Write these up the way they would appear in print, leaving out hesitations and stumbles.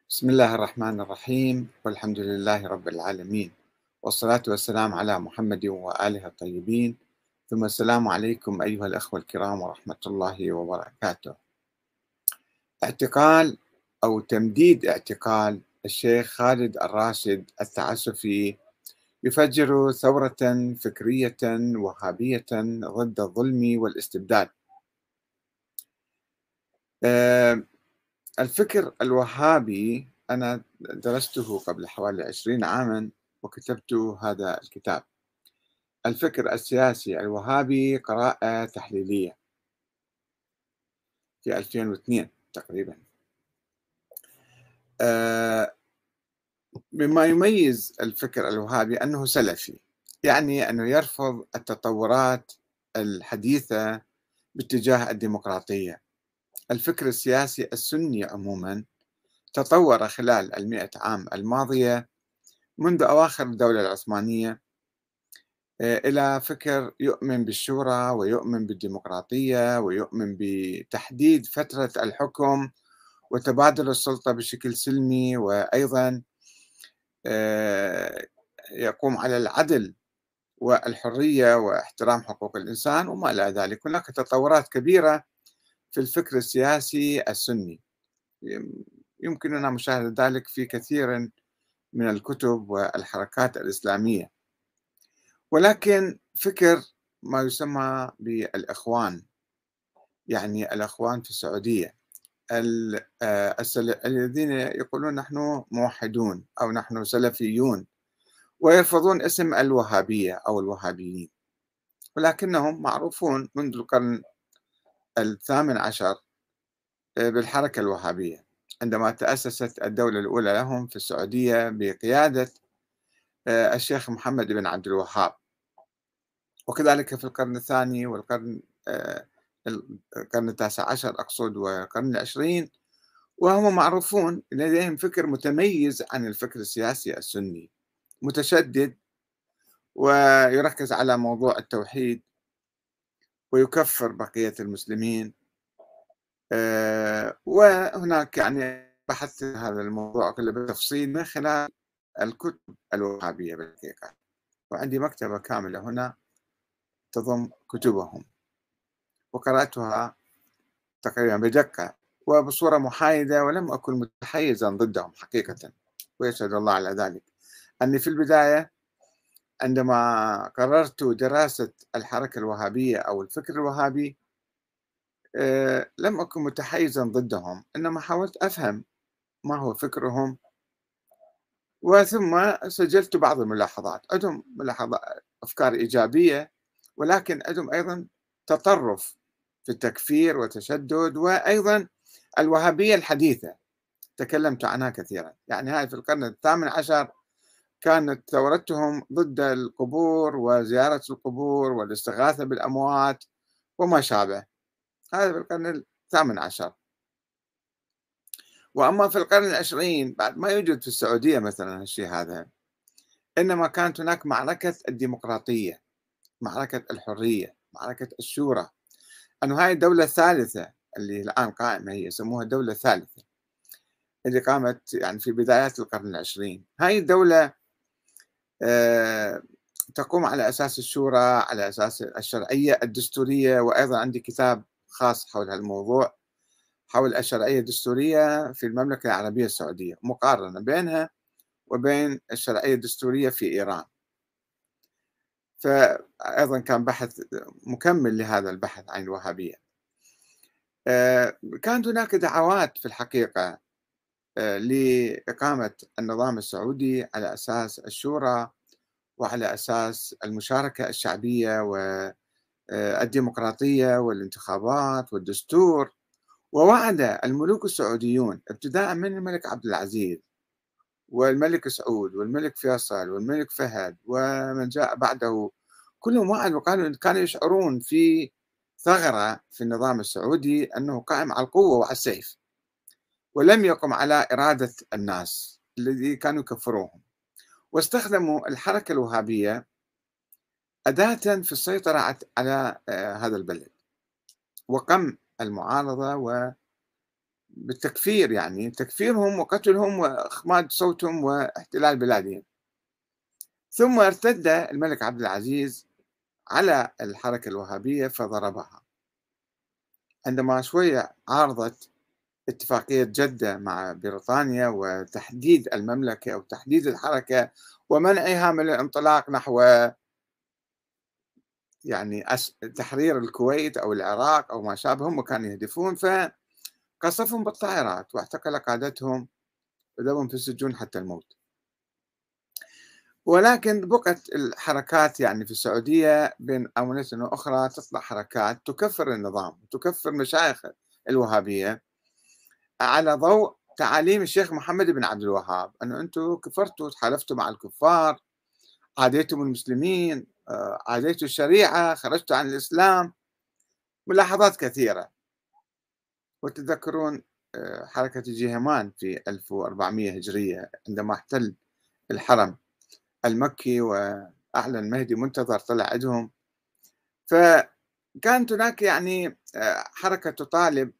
بسم الله الرحمن الرحيم والحمد لله رب العالمين والصلاة والسلام على محمد وآله الطيبين ثم السلام عليكم أيها الأخوة الكرام ورحمة الله وبركاته. اعتقال أو تمديد اعتقال الشيخ خالد الراشد التعسفي يفجر ثورة فكرية وهابية ضد الظلم والاستبداد. آه، الفكر الوهابي أنا درسته قبل حوالي 20 عاما وكتبت هذا الكتاب. الفكر السياسي الوهابي قراءة تحليلية في 2002 تقريبا. آه، مما يميز الفكر الوهابي أنه سلفي، يعني أنه يرفض التطورات الحديثة باتجاه الديمقراطية. الفكر السياسي السني عموما تطور خلال 100 عام الماضية منذ أواخر الدولة العثمانية إلى فكر يؤمن بالشورى ويؤمن بالديمقراطية ويؤمن بتحديد فترة الحكم وتبادل السلطة بشكل سلمي، وأيضا آه، يقوم على العدل والحرية واحترام حقوق الإنسان وما إلى ذلك. هناك تطورات كبيرة في الفكر السياسي السني، يمكننا مشاهدة ذلك في كثير من الكتب والحركات الإسلامية. ولكن فكر ما يسمى بالإخوان، يعني الإخوان في السعودية، الذين يقولون نحن موحدون أو نحن سلفيون ويرفضون اسم الوهابية أو الوهابيين، ولكنهم معروفون منذ القرن ال18 بالحركة الوهابية عندما تأسست الدولة الأولى لهم في السعودية بقيادة الشيخ محمد بن عبد الوهاب، وكذلك في القرن الثاني والقرن القرن ال19 أقصد والقرن ال20، وهم معروفون لديهم فكر متميز عن الفكر السياسي السني، متشدد ويركز على موضوع التوحيد ويكفر بقية المسلمين. وهناك يعني بحثت هذا الموضوع كله بالتفصيل من خلال الكتب الوهابية بالحقيقة، وعندي مكتبة كاملة هنا تضم كتبهم وقرأتها تقريبا بدقة وبصورة محايدة، ولم أكن متحيزا ضدهم حقيقة، ويشهد الله على ذلك أني في البداية عندما قررت دراسة الحركة الوهابية أو الفكر الوهابي لم أكن متحيزا ضدهم، إنما حاولت أفهم ما هو فكرهم، وثم سجلت بعض الملاحظات. عندهم ملاحظات أفكار إيجابية، ولكن عندهم أيضا تطرف في التكفير وتشدد، وأيضا الوهابية الحديثة تكلمت عنها كثيرا. يعني هاي في القرن ال18 كانت ثورتهم ضد القبور وزيارة القبور والاستغاثة بالأموات وما شابه، هذا في القرن ال18. وأما في القرن ال20 بعد ما يوجد في السعودية مثلا الشيء هذا، إنما كانت هناك معركة الديمقراطية، معركة الحرية، معركة الشورى، أنه هاي الدولة الثالثة اللي الآن قائمة هي يسموها الدولة الثالثة اللي قامت يعني في بدايات القرن ال20. هاي الدولة آه، تقوم على أساس الشورى، على أساس الشرعية الدستورية، وأيضا عندي كتاب خاص حول هالموضوع، حول الشرعية الدستورية في المملكة العربية السعودية، مقارنة بينها وبين الشرعية الدستورية في إيران. فأيضا كان بحث مكمل لهذا البحث عن الوهابية. كانت هناك دعوات في الحقيقة لإقامة النظام السعودي على أساس الشورى وعلى أساس المشاركة الشعبية والديمقراطية والانتخابات والدستور. ووعد الملوك السعوديون ابتداء من الملك عبد العزيز والملك سعود والملك فيصل والملك فهد ومن جاء بعده، كلهم وعدوا وقالوا كانوا يشعرون في ثغرة في النظام السعودي أنه قائم على القوة وعلى السيف، ولم يقم على إرادة الناس الذي كانوا يكفروهم، واستخدموا الحركة الوهابية أداة في السيطرة على هذا البلد وقمع المعارضة بالتكفير، يعني تكفيرهم وقتلهم وإخماد صوتهم واحتلال بلادهم. ثم ارتد الملك عبد العزيز على الحركة الوهابية فضربها عندما شوية عارضت اتفاقية جدة مع بريطانيا وتحديد المملكة أو تحديد الحركة ومنعها من الانطلاق نحو يعني تحرير الكويت أو العراق أو ما شابه. هم كانوا يهدفون، فقصفهم بالطائرات واعتقل قادتهم وذبهم في السجون حتى الموت. ولكن بقت الحركات يعني في السعودية بين آونة وأخرى تطلع حركات تكفر النظام وتكفر مشايخ الوهابية على ضوء تعاليم الشيخ محمد بن عبد الوهاب، أنه أنتم كفرتوا، تحالفتوا مع الكفار، عاديتم المسلمين، عاديتوا الشريعة، خرجتوا عن الإسلام، ملاحظات كثيرة. وتذكرون حركة جيهمان في 1400 هجرية عندما احتل الحرم المكي وأعلن مهدي منتظر طلع عندهم. فكانت هناك يعني حركة تطالب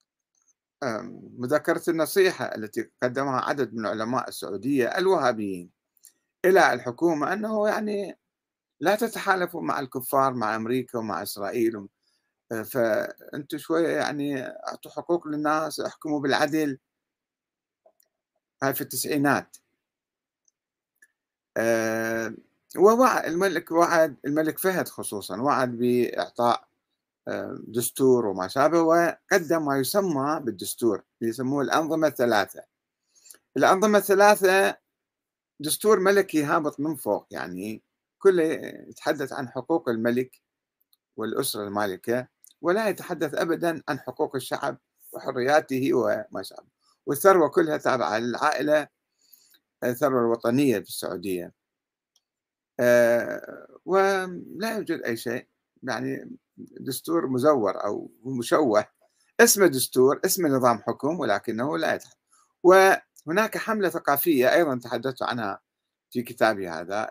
مذكرة النصيحة التي قدمها عدد من علماء السعودية الوهابيين إلى الحكومة أنه يعني لا تتحالفوا مع الكفار، مع أمريكا ومع إسرائيل، فأنتم شوية يعني أعطوا حقوق للناس، احكموا بالعدل. هاي في التسعينات. ووعد الملك فهد خصوصا وعد بإعطاء دستور وما شابه، وقدم ما يسمى بالدستور، يسموه الأنظمة الثلاثة. الأنظمة الثلاثة دستور ملكي هابط من فوق، يعني كله يتحدث عن حقوق الملك والأسرة المالكة، ولا يتحدث أبدا عن حقوق الشعب وحرياته وما شابه. والثروة كلها تابعة للعائلة، الثروة الوطنية في السعودية. ولا يوجد أي شيء، يعني دستور مزور أو مشوه، اسمه دستور، اسمه نظام حكم، ولكنه لا يتحدث. وهناك حملة ثقافية أيضا تحدثت عنها في كتابي هذا،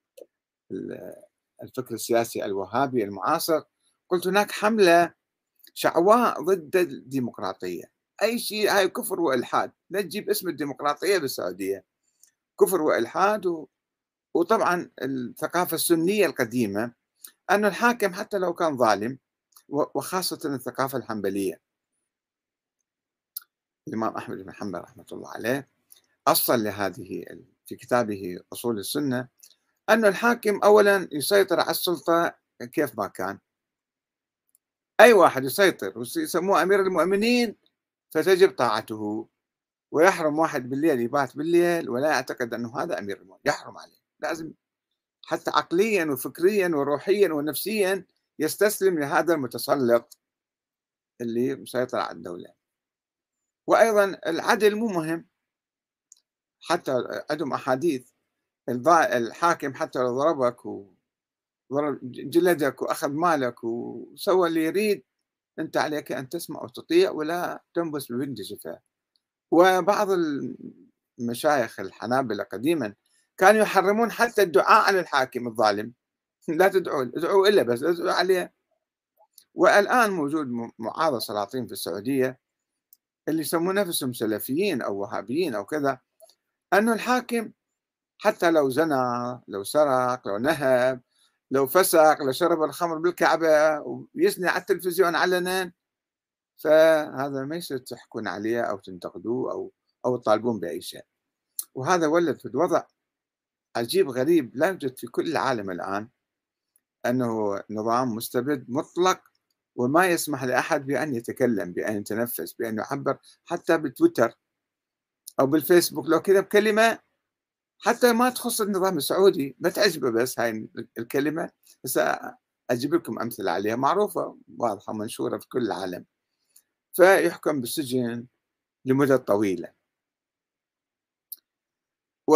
الفكر السياسي الوهابي المعاصر. قلت هناك حملة شعواء ضد الديمقراطية، أي شيء هاي كفر وإلحاد، لا تجيب اسم الديمقراطية بالسعودية، كفر وإلحاد. وطبعا الثقافة السنية القديمة أن الحاكم حتى لو كان ظالم، وخاصة الثقافة الحنبلية، الإمام أحمد بن حنبل رحمة الله عليه أصل لهذه في كتابه أصول السنة أن الحاكم أولا يسيطر على السلطة كيف ما كان، أي واحد يسيطر ويسموه أمير المؤمنين فتجب طاعته، ويحرم واحد بالليل يبات بالليل ولا يعتقد أنه هذا أمير المؤمنين، يحرم عليه، لازم حتى عقليا وفكريا وروحيا ونفسيا يستسلم لهذا المتسلط اللي مسيطر على الدولة. وأيضا العدل مو مهم، حتى عندهم أحاديث الحاكم حتى لو ضربك وضرب جلدك وأخذ مالك وسوى اللي يريد، أنت عليك أن تسمع وتطيع ولا تنبس ببنت شفاه. وبعض المشايخ الحنابلة قديما كانوا يحرمون حتى الدعاء على الحاكم الظالم، لا تدعوا، ادعوا إلا بس ادعوا عليه. والآن موجود معاذ سلاطين في السعودية اللي يسمون نفسهم سلفيين أو وهابيين أو كذا، أنه الحاكم حتى لو زنى، لو سرق، لو نهب، لو فسق، لو شرب الخمر بالكعبة ويزني على التلفزيون علنا، فهذا ما يصير تحكون عليه أو تنتقدوه أو تطالبون بأي شيء. وهذا ولد في الوضع عجيب غريب لا يوجد في كل العالم الآن، أنه نظام مستبد مطلق وما يسمح لأحد بأن يتكلم، بأن يتنفس، بأن يعبر، حتى بالتويتر أو بالفيسبوك لو كذا بكلمة حتى ما تخص النظام السعودي ما تعجبه، بس هاي الكلمة. بس أجيب لكم أمثلة عليها معروفة واضحة منشورة في كل العالم، فيحكم بالسجن لمدة طويلة. و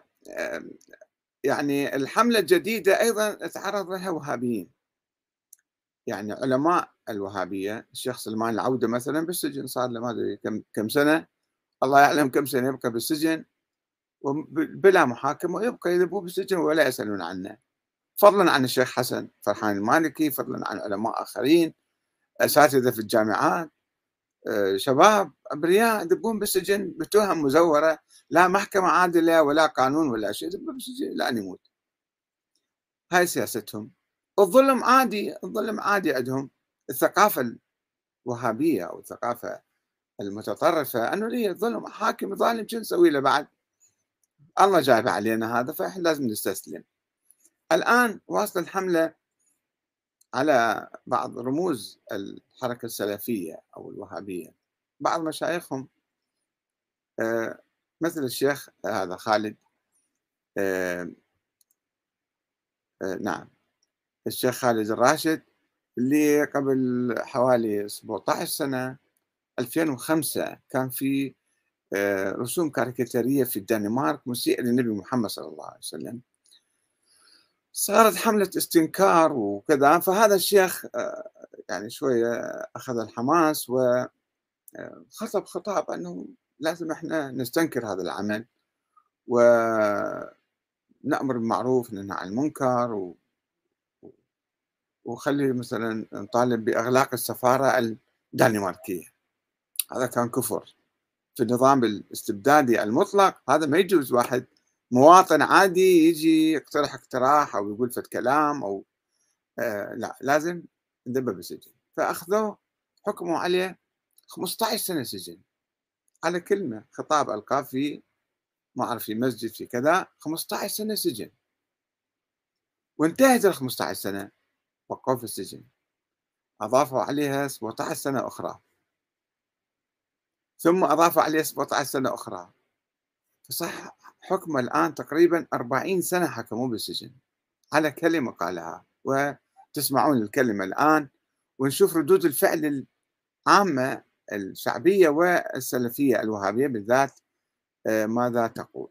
يعني الحملة الجديدة أيضا تعرض لها وهابيين، يعني علماء الوهابية، الشيخ سلمان العودة مثلا بالسجن صار له ما أدري كم سنة، الله يعلم كم سنة يبقى بالسجن بلا محاكمة، ويبقى يذبوه بالسجن ولا يسألون عنه، فضلا عن الشيخ حسن فرحان المالكي، فضلا عن علماء آخرين، أساتذة في الجامعات، شباب أبرياء يدبون بالسجن بتهم مزورة، لا محكمة عادلة ولا قانون ولا شيء، يدبون بالسجن إلى أن يموت. هاي سياستهم. الظلم عادي، الظلم عادي عندهم. الثقافة الوهابية أو الثقافة المتطرفة أنه ليه الظلم، حاكم ظالم شو نسوي له بعد؟ الله جايب علينا هذا فإحنا لازم نستسلم. الآن واصل الحملة على بعض رموز الحركة السلفية أو الوهابية، بعض مشايخهم مثل الشيخ هذا خالد، آه، نعم، الشيخ خالد الراشد، اللي قبل حوالي 17 سنة 2005 كان في رسوم كاريكاتيرية في الدنمارك مسيئة للنبي محمد صلى الله عليه وسلم، صارت حملة استنكار وكذا، فهذا الشيخ يعني شوية أخذ الحماس وخطب خطاب أنه لازم احنا نستنكر هذا العمل ونأمر بالمعروف وننهى عن المنكر وخلي مثلا نطالب بإغلاق السفارة الدنماركية. هذا كان كفر في النظام الاستبدادي المطلق، هذا ما يجوز واحد مواطن عادي يجي يقترح اقتراح أو يقول فد كلام أو لا، لازم ندبه بالسجن. فأخذوه حكموا عليه 15 سنة سجن على كلمة خطاب ألقاه في ما أعرف في مسجد في كذا، 15 سنة سجن، وانتهت ال 15 سنة وقعوه في السجن، أضافوا عليها 17 سنة أخرى، ثم أضافوا عليه 17 سنة أخرى، فصح حكمه الآن تقريبا 40 سنة حكموه بالسجن على كلمة قالها. وتسمعون الكلمة الآن ونشوف ردود الفعل العامة الشعبية والسلفية الوهابية بالذات ماذا تقول.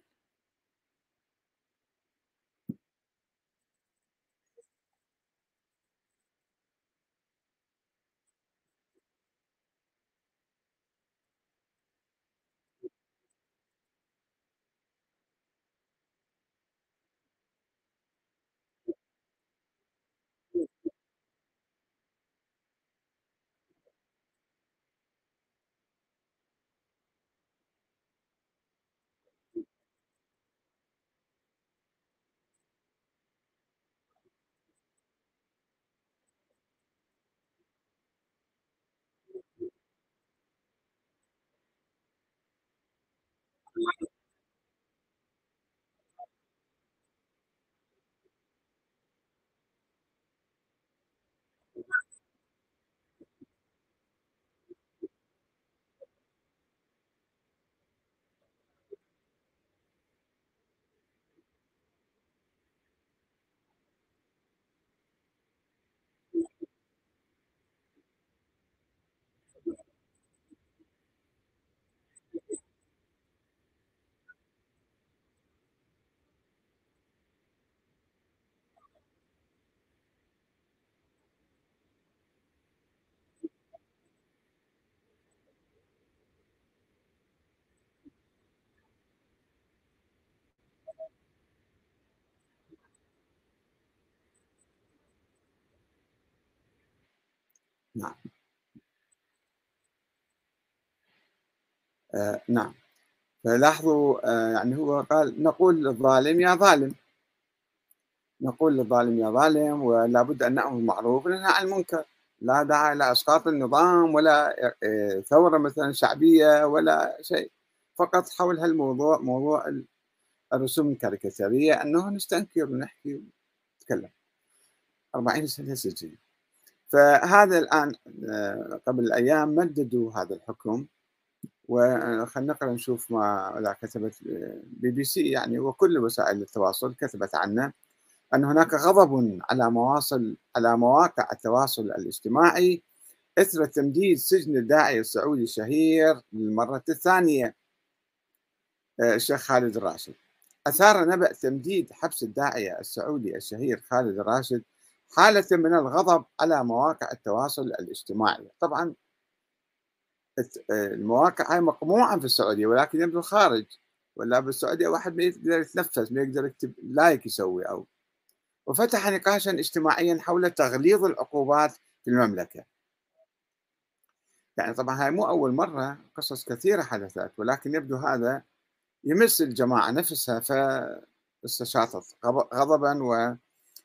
نعم. نعم. فلاحظوا يعني هو قال نقول للظالم يا ظالم، نقول للظالم يا ظالم، ولا بد أن نأمر بالمعروف وننهى عن المنكر. لا داعي لإسقاط النظام ولا ثورة مثلا شعبية ولا شيء، فقط حول هالموضوع، موضوع الرسوم الكاريكاتيرية، أنه نستنكر ونحكي ونتكلم. 40 سنة سجن. فهذا الآن قبل أيام مددوا هذا الحكم، وخلينا نقرأ نشوف ما كتبت بي بي سي يعني وكل وسائل التواصل كتبت عنه، أن هناك غضب على مواقع التواصل الاجتماعي إثر تمديد سجن الداعية السعودي الشهير للمرة الثانية الشيخ خالد الراشد. أثار نبأ تمديد حبس الداعية السعودي الشهير خالد الراشد حالة من الغضب على مواقع التواصل الاجتماعي. طبعا المواقع هاي مقموعة في السعودية ولكن يبدو الخارج، ولا بالسعودية واحد ما يقدر يتنفس، ما يقدر يكتب لايك يسوي أو. وفتح نقاشا اجتماعيا حول تغليظ العقوبات في المملكة. يعني طبعا هاي مو أول مرة، قصص كثيرة حدثت، ولكن يبدو هذا يمس الجماعة نفسها فاستشاطت غضبا، و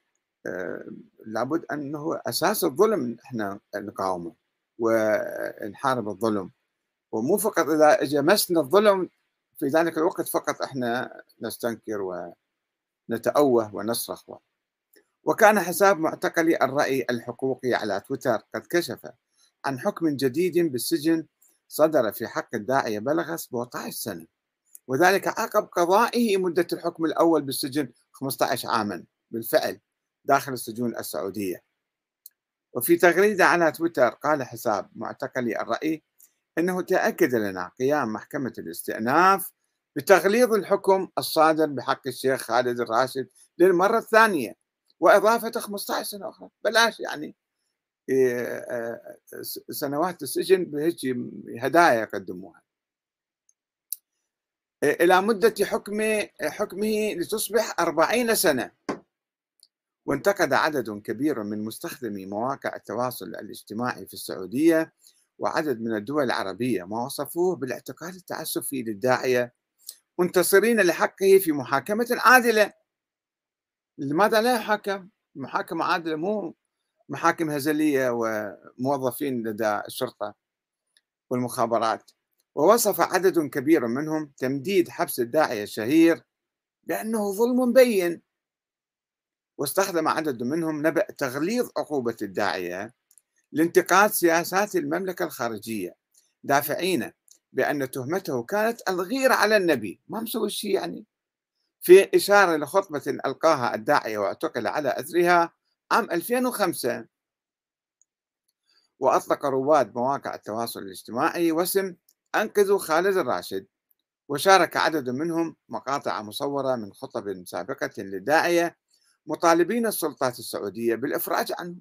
لابد أنه أساس الظلم إحنا نقاومه ونحارب الظلم، ومو فقط إذا اجى مسنا الظلم في ذلك الوقت فقط إحنا نستنكر ونتأوه ونصرخ. وكان حساب معتقلي الرأي الحقوقي على تويتر قد كشف عن حكم جديد بالسجن صدر في حق الداعية بلغ 17 سنة، وذلك عقب قضائه مدة الحكم الأول بالسجن 15 عاما بالفعل داخل السجون السعودية. وفي تغريدة على تويتر قال حساب معتقلي الرأي أنه تأكد لنا قيام محكمة الاستئناف بتغليظ الحكم الصادر بحق الشيخ خالد الراشد للمرة الثانية وإضافة 15 سنة أخرى، بلاش يعني سنوات السجن بهيك هدايا يقدموها إلى مدة حكمه لتصبح 40 سنة. وانتقد عدد كبير من مستخدمي مواقع التواصل الاجتماعي في السعودية وعدد من الدول العربية ما وصفوه بالاعتقال التعسفي للداعية منتصرين لحقه في محاكمة عادلة. لماذا لا يحاكم؟ محاكمة عادلة، مو محاكم هزلية وموظفين لدى الشرطة والمخابرات. ووصف عدد كبير منهم تمديد حبس الداعية الشهير بأنه ظلم بين، واستخدم عدد منهم نبأ تغليظ عقوبة الداعية لانتقاد سياسات المملكة الخارجية، دافعين بأن تهمته كانت الغيرة على النبي، ما مسوي شيء يعني، في إشارة لخطبة ألقاها الداعية واعتقل على أثرها عام 2005. وأطلق رواد مواقع التواصل الاجتماعي وسم أنقذوا خالد الراشد، وشارك عدد منهم مقاطع مصورة من خطب سابقة للداعية مطالبين السلطات السعودية بالإفراج عنه.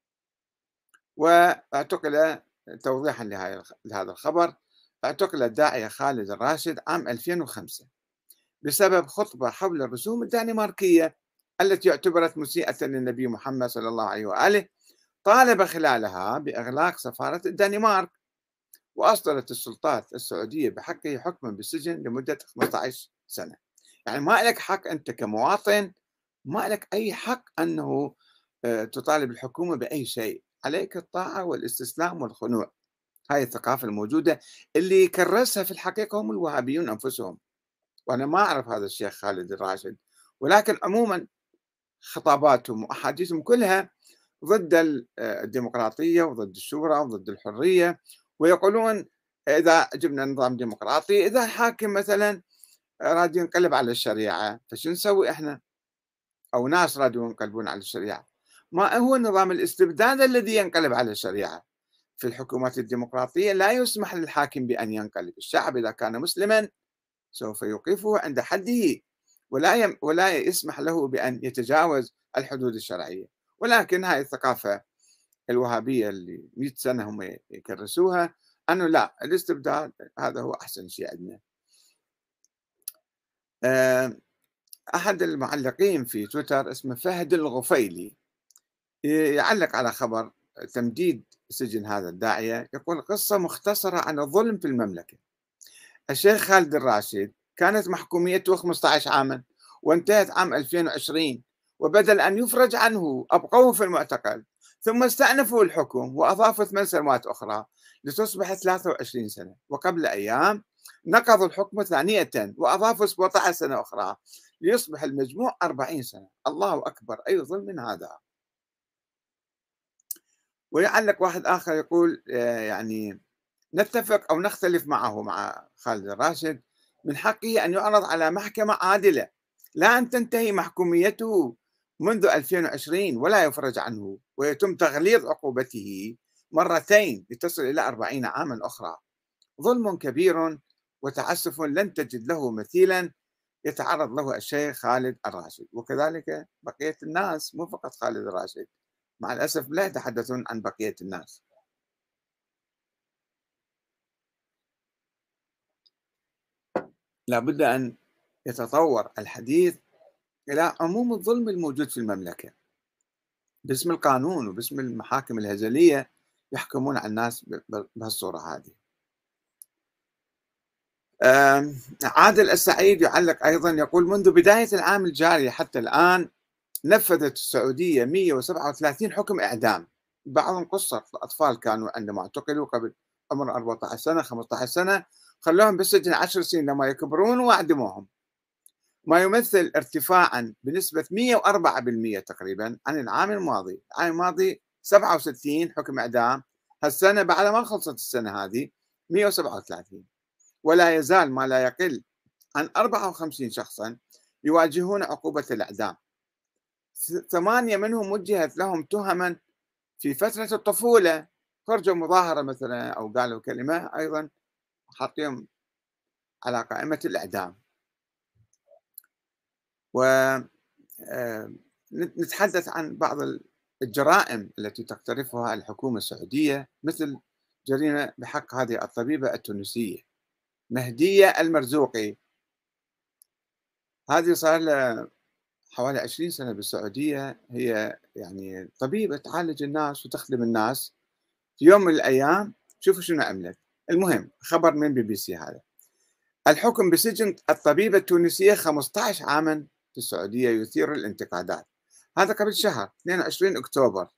واعتقل توضيحا لهذا الخبر، اعتقل الداعية خالد الراشد عام 2005 بسبب خطبة حول الرسوم الدنماركية التي اعتبرت مسيئة للنبي محمد صلى الله عليه وآله، طالب خلالها بإغلاق سفارة الدنمارك. وأصدرت السلطات السعودية بحقه حكما بالسجن لمدة 15 سنة. يعني ما لك حق أنت كمواطن، ما لك أي حق أنه تطالب الحكومة بأي شيء، عليك الطاعة والاستسلام والخنوع. هاي الثقافة الموجودة اللي كرسها في الحقيقة هم الوهابيون أنفسهم، وأنا ما أعرف هذا الشيخ خالد الراشد، ولكن عموما خطاباتهم وأحاديثهم كلها ضد الديمقراطية وضد الشورى وضد الحرية، ويقولون إذا جبنا نظام ديمقراطي، إذا الحاكم مثلا راد ينقلب على الشريعة فشو نسوي إحنا؟ أو ناس رادوا ينقلبون على الشريعة. ما هو نظام الاستبداد الذي ينقلب على الشريعة؟ في الحكومات الديمقراطية لا يسمح للحاكم بأن ينقلب، الشعب إذا كان مسلما سوف يوقفه عند حده، ولا يسمح له بأن يتجاوز الحدود الشرعية. ولكن هاي الثقافة الوهابية اللي 100 سنة هم يكرسوها أنه لا، الاستبداد هذا هو أحسن شيء عندنا. أحد المعلقين في تويتر اسمه فهد الغفيلي يعلق على خبر تمديد سجن هذا الداعية، يقول قصة مختصرة عن الظلم في المملكة. الشيخ خالد الراشد كانت محكوميته 15 عاما وانتهت عام 2020، وبدل أن يفرج عنه أبقوه في المعتقل، ثم استأنفوا الحكم وأضافوا 8 سنوات أخرى لتصبح 23 سنة، وقبل أيام نقضوا الحكم ثانية وأضافوا 17 سنة أخرى ليصبح المجموع 40 سنة. الله أكبر، أي ظلم هذا. ويعلق واحد آخر يقول يعني نتفق أو نختلف معه، مع خالد الراشد، من حقه أن يعرض على محكمة عادلة، لا أن تنتهي محكوميته منذ 2020 ولا يفرج عنه ويتم تغليظ عقوبته مرتين لتصل إلى 40 عاما أخرى. ظلم كبير وتعسف لن تجد له مثيلا يتعرض له الشيخ خالد الراشد، وكذلك بقية الناس، مو فقط خالد الراشد، مع الأسف لا يتحدثون عن بقية الناس. لابد أن يتطور الحديث إلى عموم الظلم الموجود في المملكة باسم القانون وباسم المحاكم الهزلية يحكمون على الناس بهالصورة هذه. عادل السعيد يعلق أيضا يقول: منذ بداية العام الجاري حتى الآن نفذت السعودية 137 حكم إعدام، بعضهم قصر أطفال كانوا عندما اعتقلوا قبل عمر 14 سنة 15 سنة، خلوهم بالسجن 10 سنين لما يكبرون وأعدموهم، ما يمثل ارتفاعا بنسبة 104% تقريبا عن العام الماضي. العام الماضي 67 حكم إعدام، هالسنة بعد ما خلصت السنة هذه 137، ولا يزال ما لا يقل عن 54 شخصا يواجهون عقوبة الإعدام، 8 منهم وجهت لهم تهما في فترة الطفولة، خرجوا مظاهرة مثلا أو قالوا كلمة أيضا حاطيهم على قائمة الإعدام. ونتحدث عن بعض الجرائم التي تقترفها الحكومة السعودية، مثل جريمة بحق هذه الطبيبة التونسية مهدية المرزوقي. هذه صار لها حوالي 20 سنة بالسعودية، هي يعني طبيبة تعالج الناس وتخدم الناس. في يوم من الأيام شوفوا شنو عملت. المهم خبر من BBC هذا: الحكم بسجن الطبيبة التونسية 15 عاما في السعودية يثير الانتقادات. هذا قبل شهر 22 أكتوبر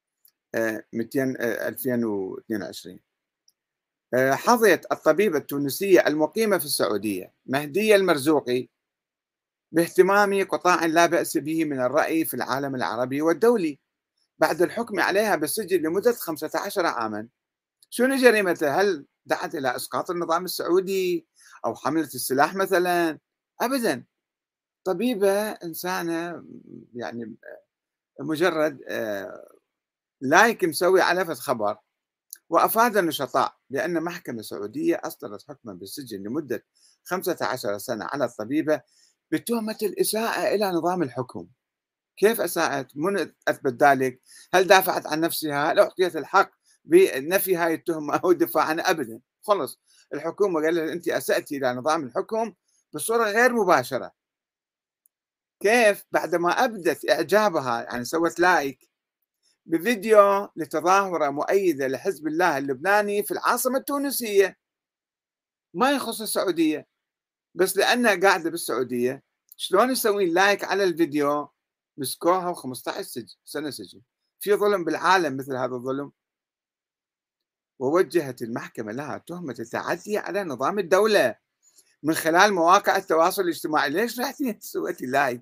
2022. حظيت الطبيبة التونسية المقيمة في السعودية مهدية المرزوقي باهتمام قطاع لا بأس به من الرأي في العالم العربي والدولي بعد الحكم عليها بالسجن لمدة 15 عاما. شنو جريمتها؟ هل دعت إلى إسقاط النظام السعودي أو حملة السلاح مثلا؟ أبدا، طبيبة إنسانة يعني مجرد لايك مسوي على فد خبر. وأفاد النشطاء بأن محكمة سعودية أصدرت حكما بالسجن لمدة 15 سنة على الطبيبة بتهمة الإساءة إلى نظام الحكم. كيف أساءت؟ من أثبت ذلك؟ هل دافعت عن نفسها؟ هل أعطيت الحق بنفي هاي التهمة أو الدفاع عنها؟ أبدا، خلص الحكومة قال لها أنت أسأتي إلى نظام الحكم بصورة غير مباشرة. كيف؟ بعدما أبدت إعجابها، يعني سوت لايك بفيديو لتظاهرة مؤيدة لحزب الله اللبناني في العاصمة التونسية، ما يخص السعودية، بس لأنها قاعدة بالسعودية شلون يسوين لايك على الفيديو؟ مسكوها و15 سنة سجن. في ظلم بالعالم مثل هذا الظلم؟ ووجهت المحكمة لها تهمة التعدي على نظام الدولة من خلال مواقع التواصل الاجتماعي. ليش رحتي سويتي لايك؟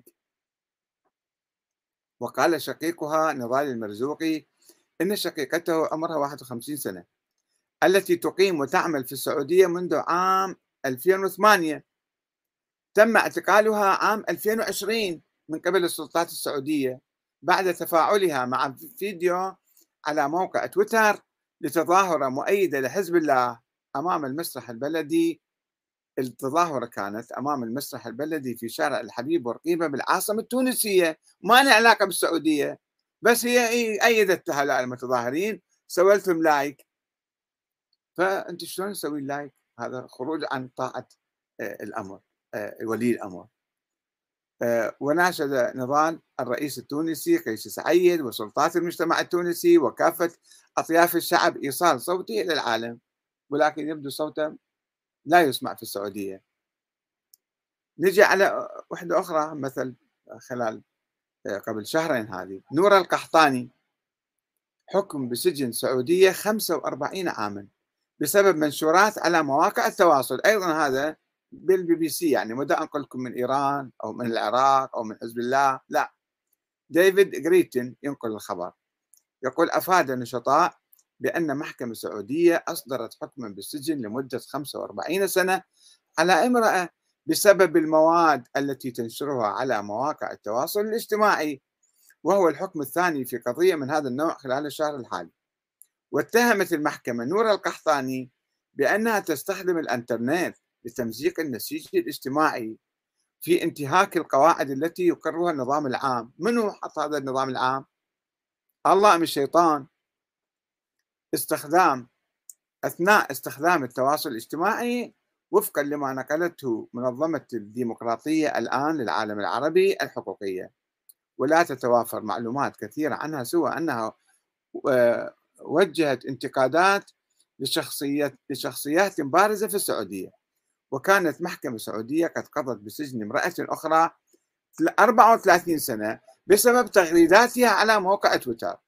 وقال شقيقها نضال المرزوقي إن شقيقته عمرها 51 سنة التي تقيم وتعمل في السعودية منذ عام 2008 تم اعتقالها عام 2020 من قبل السلطات السعودية بعد تفاعلها مع فيديو على موقع تويتر لتظاهرة مؤيدة لحزب الله أمام المسرح البلدي. التظاهرة كانت أمام المسرح البلدي في شارع الحبيب بورقيبة بالعاصمة التونسية، ما لها علاقة بالسعودية، بس هي أيدت هؤلاء المتظاهرين، سويت لهم لايك. فأنت شلون تسوي لايك؟ هذا خروج عن طاعة الأمر، ولي الأمر. وناشد نضال الرئيس التونسي قيس سعيد وسلطات المجتمع التونسي وكافة أطياف الشعب إيصال صوته إلى العالم، ولكن يبدو صوته لا يسمع في السعودية. نجي على وحدة أخرى، مثل خلال قبل شهرين هذه نور القحطاني حكم بسجن سعودية 45 عاما بسبب منشورات على مواقع التواصل. أيضا هذا BBC، يعني مو أنقل لكم من إيران أو من العراق أو من حزب الله، لا، ديفيد غريتن ينقل الخبر. يقول: أفاد النشطاء بأن محكمة سعودية أصدرت حكما بالسجن لمدة 45 سنة على امرأة بسبب المواد التي تنشرها على مواقع التواصل الاجتماعي، وهو الحكم الثاني في قضية من هذا النوع خلال الشهر الحالي. واتهمت المحكمة نور القحطاني بأنها تستخدم الإنترنت لتمزيق النسيج الاجتماعي في انتهاك القواعد التي يقرها النظام العام. منو حط هذا النظام العام؟ الله أم الشيطان؟ أثناء استخدام التواصل الاجتماعي وفقا لما نقلته منظمة الديمقراطية الآن للعالم العربي الحقوقية، ولا تتوافر معلومات كثيرة عنها سوى أنها وجهت انتقادات لشخصيات بارزة في السعودية، وكانت محكمة سعودية قد قضت بسجن امرأة أخرى 34 سنة بسبب تغريداتها على موقع تويتر.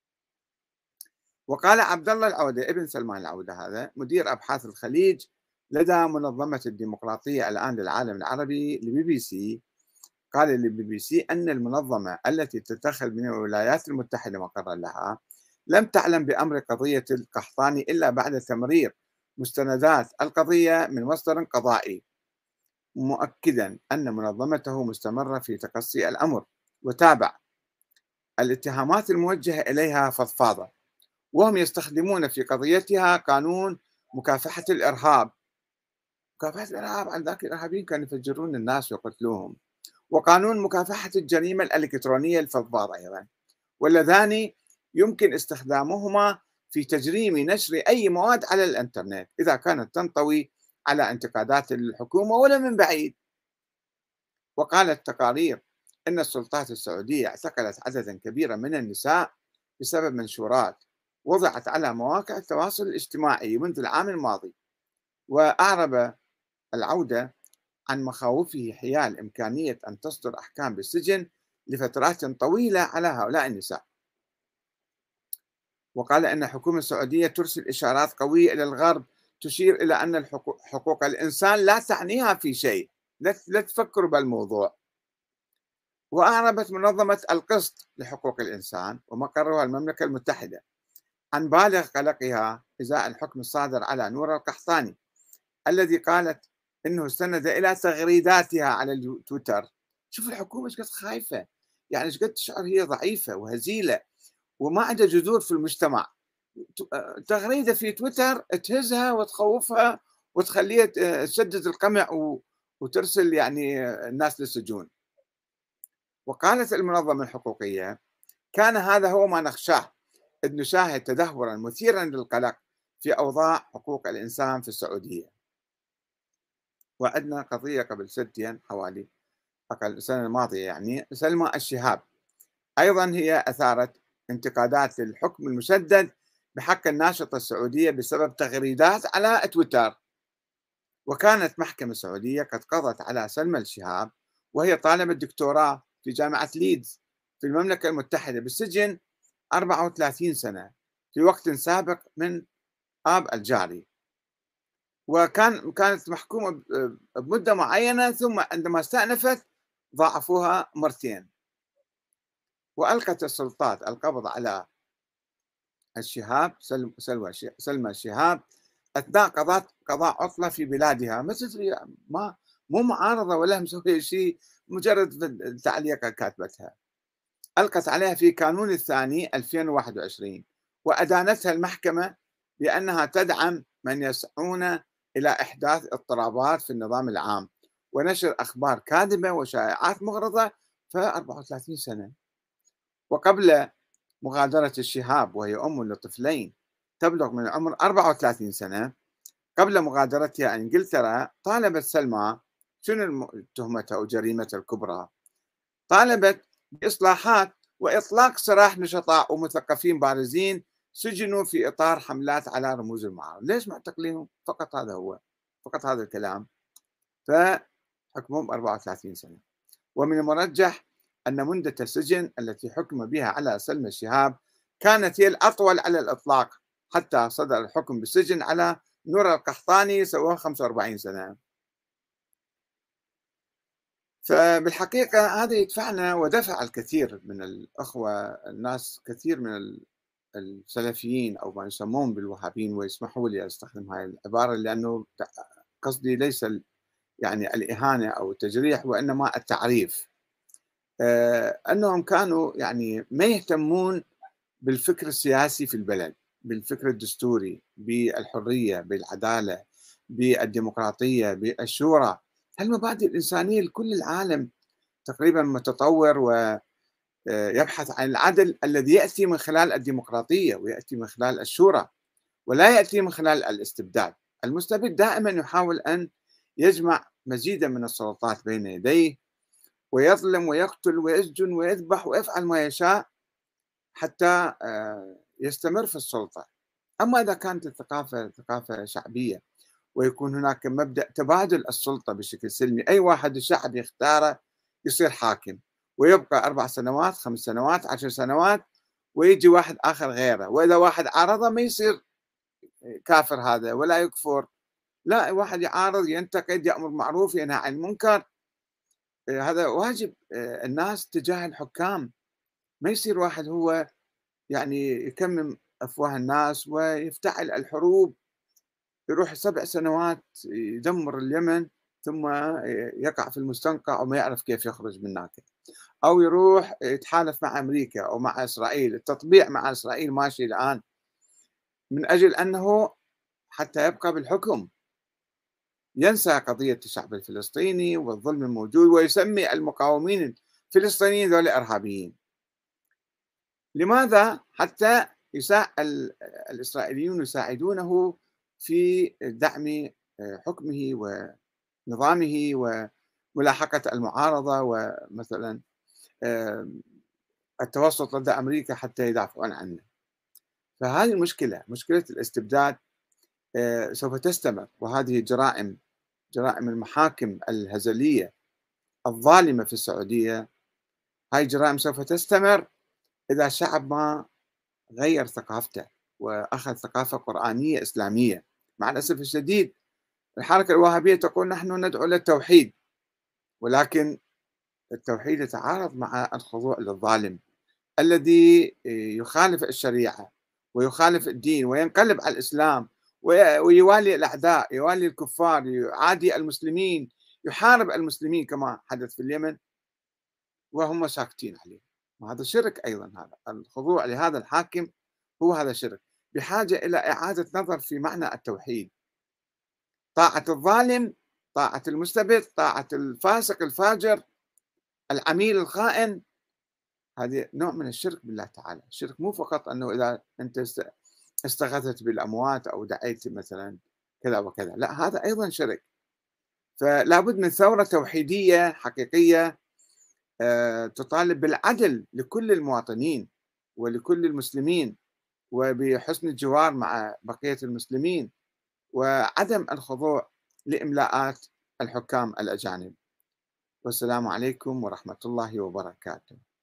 وقال عبد الله العودة ابن سلمان العودة هذا مدير أبحاث الخليج لدى منظمة الديمقراطية الآن للعالم العربي لبي بي سي، قال للبي بي سي أن المنظمة التي تتخذ من الولايات المتحدة مقرا لها لم تعلم بأمر قضية القحطاني إلا بعد تمرير مستندات القضية من مصدر قضائي، مؤكدا أن منظمته مستمرة في تقصي الأمر. وتابع: الاتهامات الموجهة إليها فضفاضة، وهم يستخدمون في قضيتها قانون مكافحة الإرهاب. مكافحة الإرهاب، عن ذاك الإرهابيين كانوا يفجرون الناس ويقتلوهم، وقانون مكافحة الجريمة الإلكترونية الفضفاضة أيضا، واللذان يمكن استخدامهما في تجريم نشر أي مواد على الإنترنت إذا كانت تنطوي على انتقادات الحكومة ولا من بعيد. وقالت تقارير أن السلطات السعودية اعتقلت عددا كبيرا من النساء بسبب منشورات وضعت على مواقع التواصل الاجتماعي منذ العام الماضي. وأعرب العودة عن مخاوفه حيال إمكانية أن تصدر أحكام بالسجن لفترات طويلة على هؤلاء النساء. وقال أن الحكومة السعودية ترسل إشارات قوية إلى الغرب تشير إلى أن حقوق الإنسان لا تعنيها في شيء، لا تفكروا بالموضوع. وأعربت منظمة القسط لحقوق الإنسان ومقرها المملكة المتحدة عن بالغ قلقها إزاء الحكم الصادر على نور القحطاني الذي قالت إنه استند إلى تغريداتها على تويتر. شوف الحكومة ايش قد خايفة، يعني ايش قد تشعر هي ضعيفة وهزيلة وما عندها جذور في المجتمع. تغريدة في تويتر تهزها وتخوفها وتخليها تسدد القمع وترسل يعني الناس للسجون. وقالت المنظمة الحقوقية: كان هذا هو ما نخشاه، إذ نشاهد تدهورا مثيرا للقلق في أوضاع حقوق الإنسان في السعودية. وعندنا قضية قبل 6 أيام حوالي، أقل السنة الماضية، يعني سلمى الشهاب أيضا هي أثارت انتقادات للحكم المشدد بحق الناشطة السعودية بسبب تغريدات على تويتر. وكانت محكمة سعودية قد قضت على سلمى الشهاب وهي طالبة دكتوراه في جامعة ليدز في المملكة المتحدة بالسجن 34 سنة في وقت سابق من آب الجاري، كانت محكومة بمدة معينة، ثم عندما استأنفت ضاعفوها مرتين. وألقت السلطات القبض على الشهاب سلمى الشهاب أثناء قضاء عطلة في بلادها، مثل ما مو معارضة ولا مسوية شيء، مجرد تعليق كاتبتها. ألقت عليها في كانون الثاني 2021، وأدانتها المحكمة بأنها تدعم من يسعون إلى إحداث اضطرابات في النظام العام ونشر أخبار كاذبة وشائعات مغرضة ف 34 سنة. وقبل مغادرة الشهاب وهي أم لطفلين تبلغ من العمر 34 سنة، قبل مغادرتها إنجلترا طالبت سلمى، شنو تهمتها وجريمتها الكبرى؟ طالبت بإصلاحات وإطلاق سراح نشطاء ومثقفين بارزين سجنوا في إطار حملات على رموز المعارضة. ليش معتقلينهم؟ فقط هذا هو، فقط هذا الكلام. فحكمهم 34 سنة. ومن المرجح أن مدة السجن التي حكم بها على سلمى الشهاب كانت هي الأطول على الإطلاق، حتى صدر الحكم بالسجن على نور القحطاني سواه 45 سنة. فبالحقيقة هذا يدفعنا ودفع الكثير من الأخوة الناس، كثير من السلفيين أو ما يسمون بالوهابيين، ويسمحوا لي أستخدم هاي العبارة لأنه قصدي ليس يعني الإهانة أو التجريح وإنما التعريف، أنهم كانوا يعني ما يهتمون بالفكر السياسي في البلد، بالفكر الدستوري، بالحرية، بالعدالة، بالديمقراطية، بالشورى، المبادئ الإنسانية لكل العالم تقريبا متطور ويبحث عن العدل الذي يأتي من خلال الديمقراطية ويأتي من خلال الشورى ولا يأتي من خلال الاستبداد. المستبد دائما يحاول أن يجمع مزيدا من السلطات بين يديه ويظلم ويقتل ويسجن ويذبح ويفعل ما يشاء حتى يستمر في السلطة. أما إذا كانت الثقافة ثقافة شعبية ويكون هناك مبدأ تبادل السلطة بشكل سلمي، أي واحد الشعب يختاره يصير حاكم ويبقى 4 سنوات 5 سنوات 10 سنوات، ويجي واحد آخر غيره، وإذا واحد عارضه ما يصير كافر هذا ولا يكفر، لا، واحد يعارض ينتقد يأمر بالمعروف ينهى عن المنكر. هذا واجب الناس تجاه الحكام، ما يصير واحد هو يعني يكمم أفواه الناس ويفتعل الحروب، يروح 7 سنوات يدمر اليمن ثم يقع في المستنقع وما يعرف كيف يخرج من هناك، أو يروح يتحالف مع أمريكا أو مع إسرائيل. التطبيع مع إسرائيل ماشي الآن من أجل أنه حتى يبقى بالحكم ينسى قضية الشعب الفلسطيني والظلم الموجود، ويسمي المقاومين الفلسطينيين ذولا إرهابيين. لماذا؟ حتى الإسرائيليون يساعدونه في دعم حكمه ونظامه وملاحقة المعارضة، ومثلا آه، التوسط لدى أمريكا حتى يدافعون عنه. فهذه المشكلة، مشكلة الاستبداد سوف تستمر، وهذه جرائم المحاكم الهزلية الظالمة في السعودية، هاي جرائم سوف تستمر إذا الشعب ما غير ثقافته وأخذ ثقافة قرآنية إسلامية. مع الأسف الشديد الحركة الوهابية تقول نحن ندعو للتوحيد، ولكن التوحيد يتعارض مع الخضوع للظالم الذي يخالف الشريعة ويخالف الدين وينقلب على الإسلام ويوالي الأعداء، يوالي الكفار، يعادي المسلمين، يحارب المسلمين كما حدث في اليمن وهم ساكتين عليه. وهذا شرك أيضا، هذا الخضوع لهذا الحاكم هو هذا شرك، بحاجة إلى إعادة نظر في معنى التوحيد. طاعة الظالم، طاعة المستبد، طاعة الفاسق الفاجر العميل الخائن، هذه نوع من الشرك بالله تعالى. الشرك مو فقط أنه إذا أنت استغاثت بالأموات أو دعيت مثلا كذا وكذا، لا، هذا أيضا شرك. فلا بد من ثورة توحيدية حقيقية تطالب بالعدل لكل المواطنين ولكل المسلمين، وبحسن الجوار مع بقية المسلمين، وعدم الخضوع لإملاءات الحكام الأجانب. والسلام عليكم ورحمة الله وبركاته.